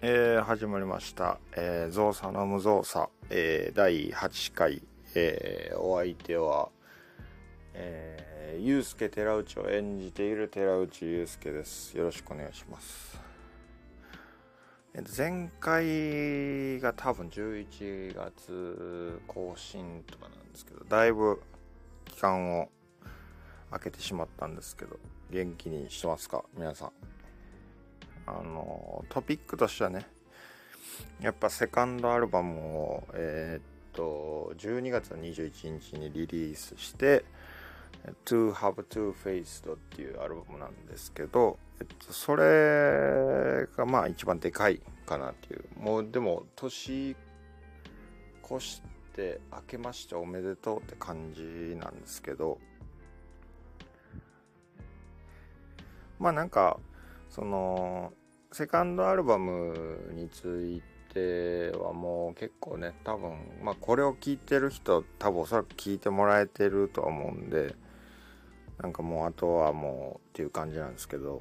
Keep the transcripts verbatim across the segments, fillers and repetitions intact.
えー、始まりました。えー、ゾウサの無造作、えー、だいはちかい、えー、お相手は、えー、ゆうすけ寺内を演じている寺内ゆうすけです。よろしくお願いします。えー、前回が多分じゅういちがつ更新とかなんですけど、だいぶ期間を空けてしまったんですけど、元気にしてますか皆さん。あのトピックとしてはね、やっぱセカンドアルバムをえー、っとじゅうにがつのにじゅういちにちにリリースしてTo Have Two Faced っていうアルバムなんですけど、えっと、それがまあ一番でかいかなっていう。もうでも年越して明けましておめでとうって感じなんですけど、まあなんかそのセカンドアルバムについてはもう結構ね、多分まあこれを聞いてる人多分おそらく聞いてもらえてるとは思うんで、なんかもうあとはもうっていう感じなんですけど、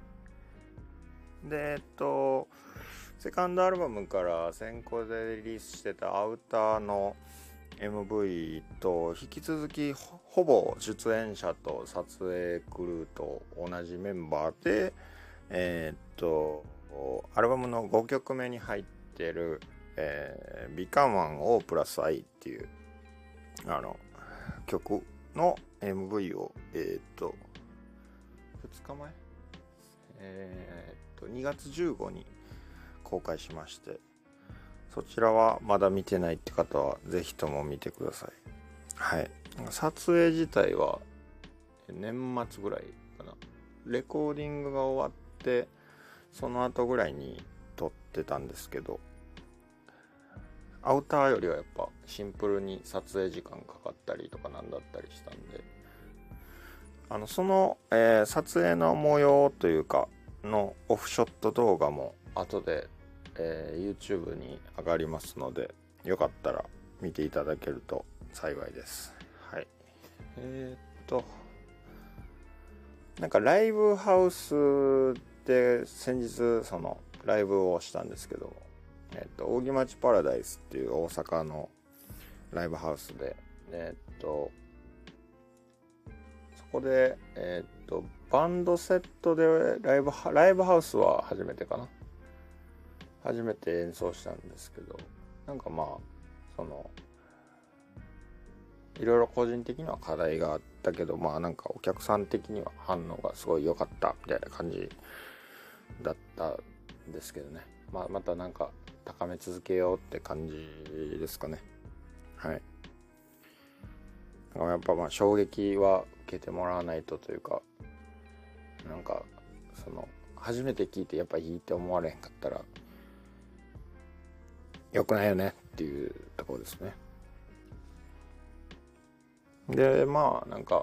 でえっとセカンドアルバムから先行でリリースしてたアウターの エムブイ と引き続きほぼ出演者と撮影クルーと同じメンバーでえー、っとアルバムのごきょくめに入ってる、えー、Become One O プラス I っていうあの曲の エムブイ をえー、っとふつかまええー、っとにがつじゅうごにちに公開しまして、そちらはまだ見てないって方はぜひとも見てください。はい。撮影自体は年末ぐらいかな。レコーディングが終わってその後ぐらいに撮ってたんですけど、アウターよりはやっぱシンプルに撮影時間かかったりとかなんだったりしたんで、あのその、えー、撮影の模様というかのオフショット動画も後で、えー、YouTube に上がりますので、よかったら見ていただけると幸いです。はい。えー、っとなんかライブハウスで先日そのライブをしたんですけど、えっと扇町パラダイスっていう大阪のライブハウスで、えっとそこでえっとバンドセットでライブライブハウスは初めてかな初めて演奏したんですけど、なんかまあそのいろいろ個人的には課題があったけど、まあなんかお客さん的には反応がすごい良かったみたいな感じだったんですけどね、まあ、またなんか高め続けようって感じですかね。はい。やっぱまあ衝撃は受けてもらわないとというか、なんかその初めて聞いてやっぱいいって思われへんかったら良くないよねっていうところですね。でまあなんか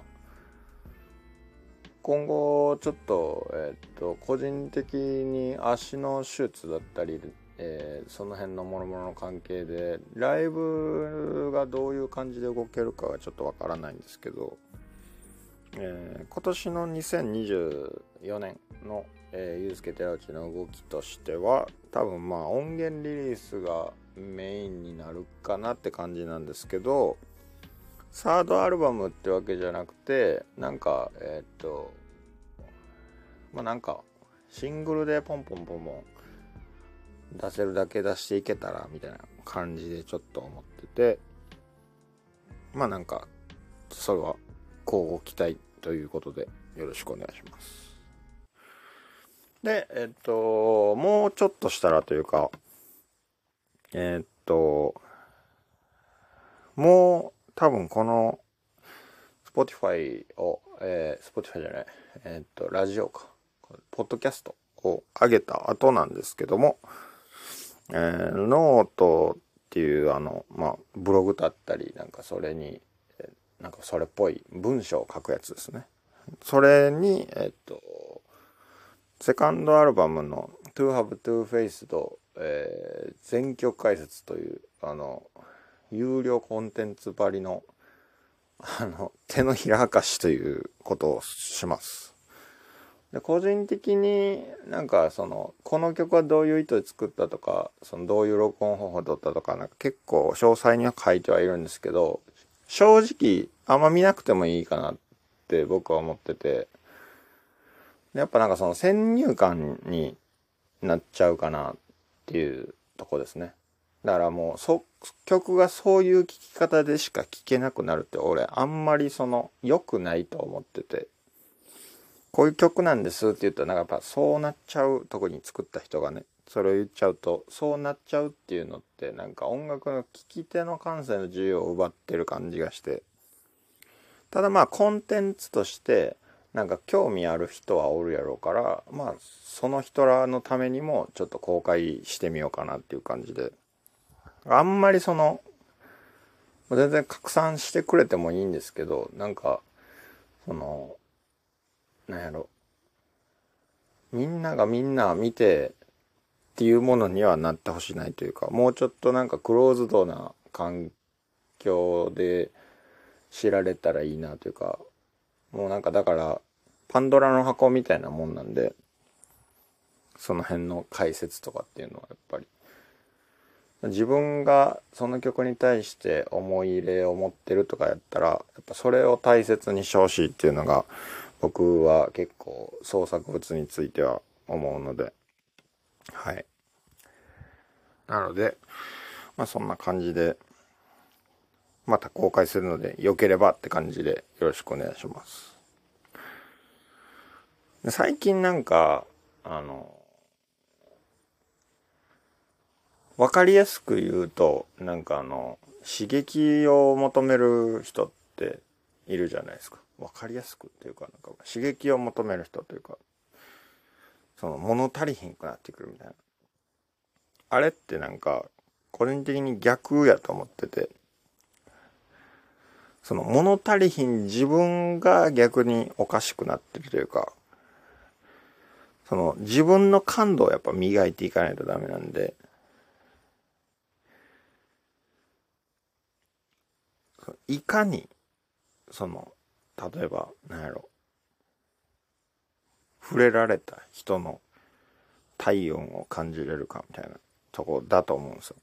今後ちょっと、えっと個人的に足の手術だったり、えー、その辺の諸々の関係でライブがどういう感じで動けるかはちょっとわからないんですけど、えー、今年のにせんにじゅうよねんの、えー、ゆうすけ寺内の動きとしては多分まあ音源リリースがメインになるかなって感じなんですけど、サードアルバムってわけじゃなくて、なんかえー、っとまあなんかシングルでポンポンポンポン出せるだけ出していけたらみたいな感じでちょっと思ってて、まあなんかそれは乞うご期待ということでよろしくお願いします。でえっともうちょっとしたらというか、えっともう多分この Spotify を、えー、Spotify じゃない、えっとラジオかポッドキャストを上げた後なんですけども、えー、ノートっていうあの、まあ、ブログだったりなんかそれに、えー、なんかそれっぽい文章を書くやつですね。それにえっとセカンドアルバムの To Have Two Faced、えー、全曲解説というあの有料コンテンツばりのあの手のひら明かしということをします。 で個人的になんかそのこの曲はどういう意図で作ったとか、そのどういう録音方法を取ったとか、なんか結構詳細には書いてはいるんですけど、正直あんま見なくてもいいかなって僕は思ってて、やっぱなんかその先入観になっちゃうかなっていうとこですね。だからもうそ曲がそういう聴き方でしか聴けなくなるって俺あんまりその良くないと思ってて、こういう曲なんですって言ったらなんかやっぱそうなっちゃう、特に作った人がねそれを言っちゃうとそうなっちゃうっていうのってなんか音楽の聴き手の感性の自由を奪ってる感じがして、ただまあコンテンツとしてなんか興味ある人はおるやろうから、まあその人らのためにもちょっと公開してみようかなっていう感じで、あんまりその全然拡散してくれてもいいんですけど、なんかそのなんやろ、みんながみんな見てっていうものにはなってほしないというか、もうちょっとなんかクローズドな環境で知られたらいいなというか、もうなんかだからパンドラの箱みたいなもんなんで、その辺の解説とかっていうのはやっぱり自分がその曲に対して思い入れを持ってるとかやったら、やっぱそれを大切にしてほしいっていうのが僕は結構創作物については思うので、はい。なのでまあそんな感じでまた公開するので、良ければって感じでよろしくお願いします。で最近なんかあのわかりやすく言うと、なんかあの刺激を求める人っているじゃないですか。わかりやすくっていうか、なんか刺激を求める人というか、その物足りひんくなってくるみたいな。あれってなんか個人的に逆やと思ってて、その物足りひん自分が逆におかしくなってるというか、その自分の感度をやっぱ磨いていかないとダメなんで、いかにその例えばなんやろ、触れられた人の体温を感じれるかみたいなとこだと思うんですよ。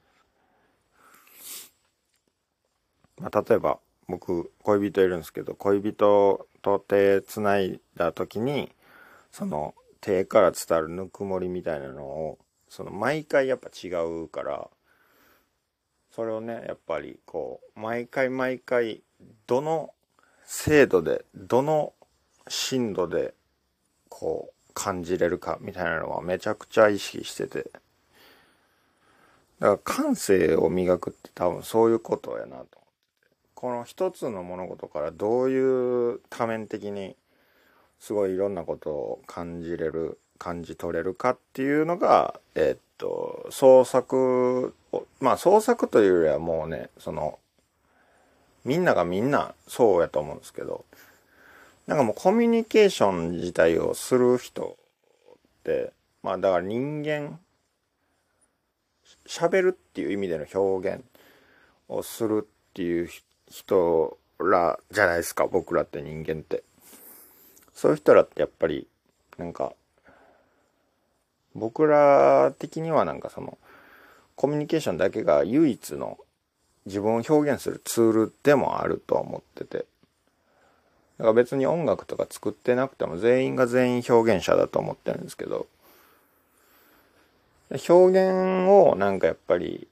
まあ、例えば僕恋人いるんですけど、恋人と手つないだ時にその手から伝わるぬくもりみたいなのをその毎回やっぱ違うから、それをねやっぱりこう毎回毎回どの精度でどの深度でこう感じれるかみたいなのはめちゃくちゃ意識してて、だから感性を磨くって多分そういうことやなと。この一つの物事からどういう多面的にすごいいろんなことを感じれる感じ取れるかっていうのがえーっと創作を、まあ創作というよりはもうね、そのみんながみんなそうやと思うんですけど、なんかもうコミュニケーション自体をする人って、まあだから人間喋るっていう意味での表現をするっていう人らじゃないですか、僕らって人間って。そういう人らってやっぱりなんか僕ら的にはなんかそのコミュニケーションだけが唯一の自分を表現するツールでもあると思ってて、だから別に音楽とか作ってなくても全員が全員表現者だと思ってるんですけど、表現をなんかやっぱり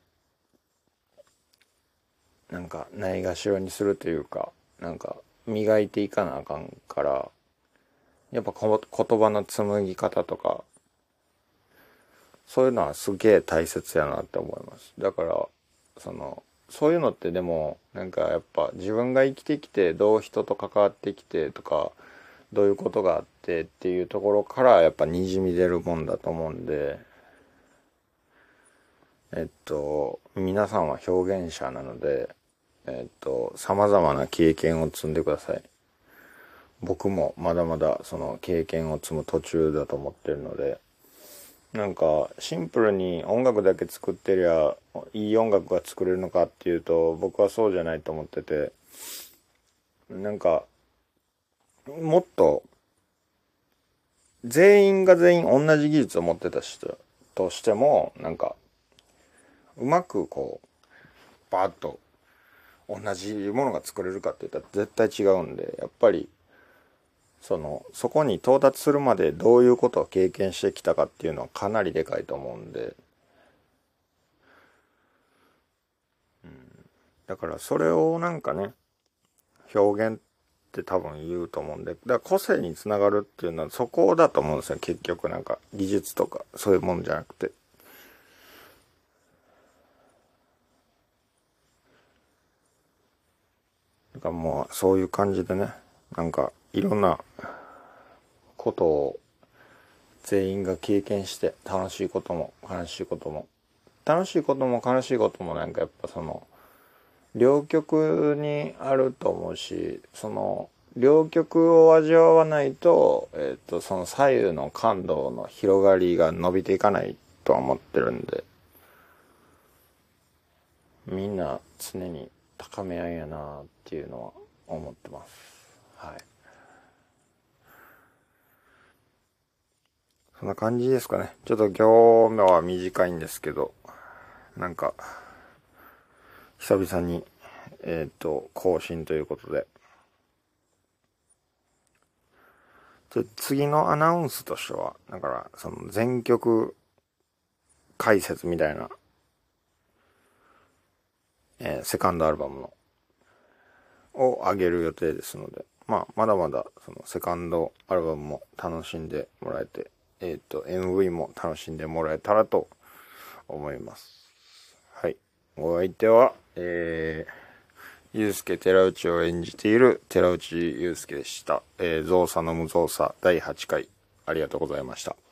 なんかないがしろにするというか、なんか磨いていかなあかんから、やっぱこ言葉の紡ぎ方とかそういうのはすげえ大切やなって思います。だからそのそういうのってでもなんかやっぱ自分が生きてきてどう人と関わってきてとかどういうことがあってっていうところからやっぱにじみ出るもんだと思うんで、えっと皆さんは表現者なので、えっと様々な経験を積んでください。僕もまだまだその経験を積む途中だと思ってるので、なんかシンプルに音楽だけ作ってりゃいい音楽が作れるのかっていうと僕はそうじゃないと思ってて、なんかもっと全員が全員同じ技術を持ってた人としても、なんかうまくこうバーッと同じものが作れるかって言ったら絶対違うんで、やっぱりそのそこに到達するまでどういうことを経験してきたかっていうのはかなりでかいと思うんで、うん、だからそれをなんかね表現って多分言うと思うんで、だから個性につながるっていうのはそこだと思うんですよ。結局なんか技術とかそういうもんじゃなくて、だからもうそういう感じでね、なんかいろんなことを全員が経験して、楽しいことも悲しいことも楽しいことも悲しいこともなんかやっぱその両極にあると思うし、その両極を味わわないと、えっとその左右の感動の広がりが伸びていかないとは思ってるんで、みんな常に高め合いやなっていうのは思ってます。はい。そんな感じですかね。ちょっと今日は短いんですけど、なんか久々にえっと更新ということで、ちょ次のアナウンスとしては、だからその全曲解説みたいな、えーセカンドアルバムのを上げる予定ですので、まあまだまだそのセカンドアルバムも楽しんでもらえて、えっと エムブイ も楽しんでもらえたらと思います。はい。お相手は、えー、ゆうすけ寺内を演じている寺内ゆうすけでした。えー、造作の無造作だいはちかい、ありがとうございました。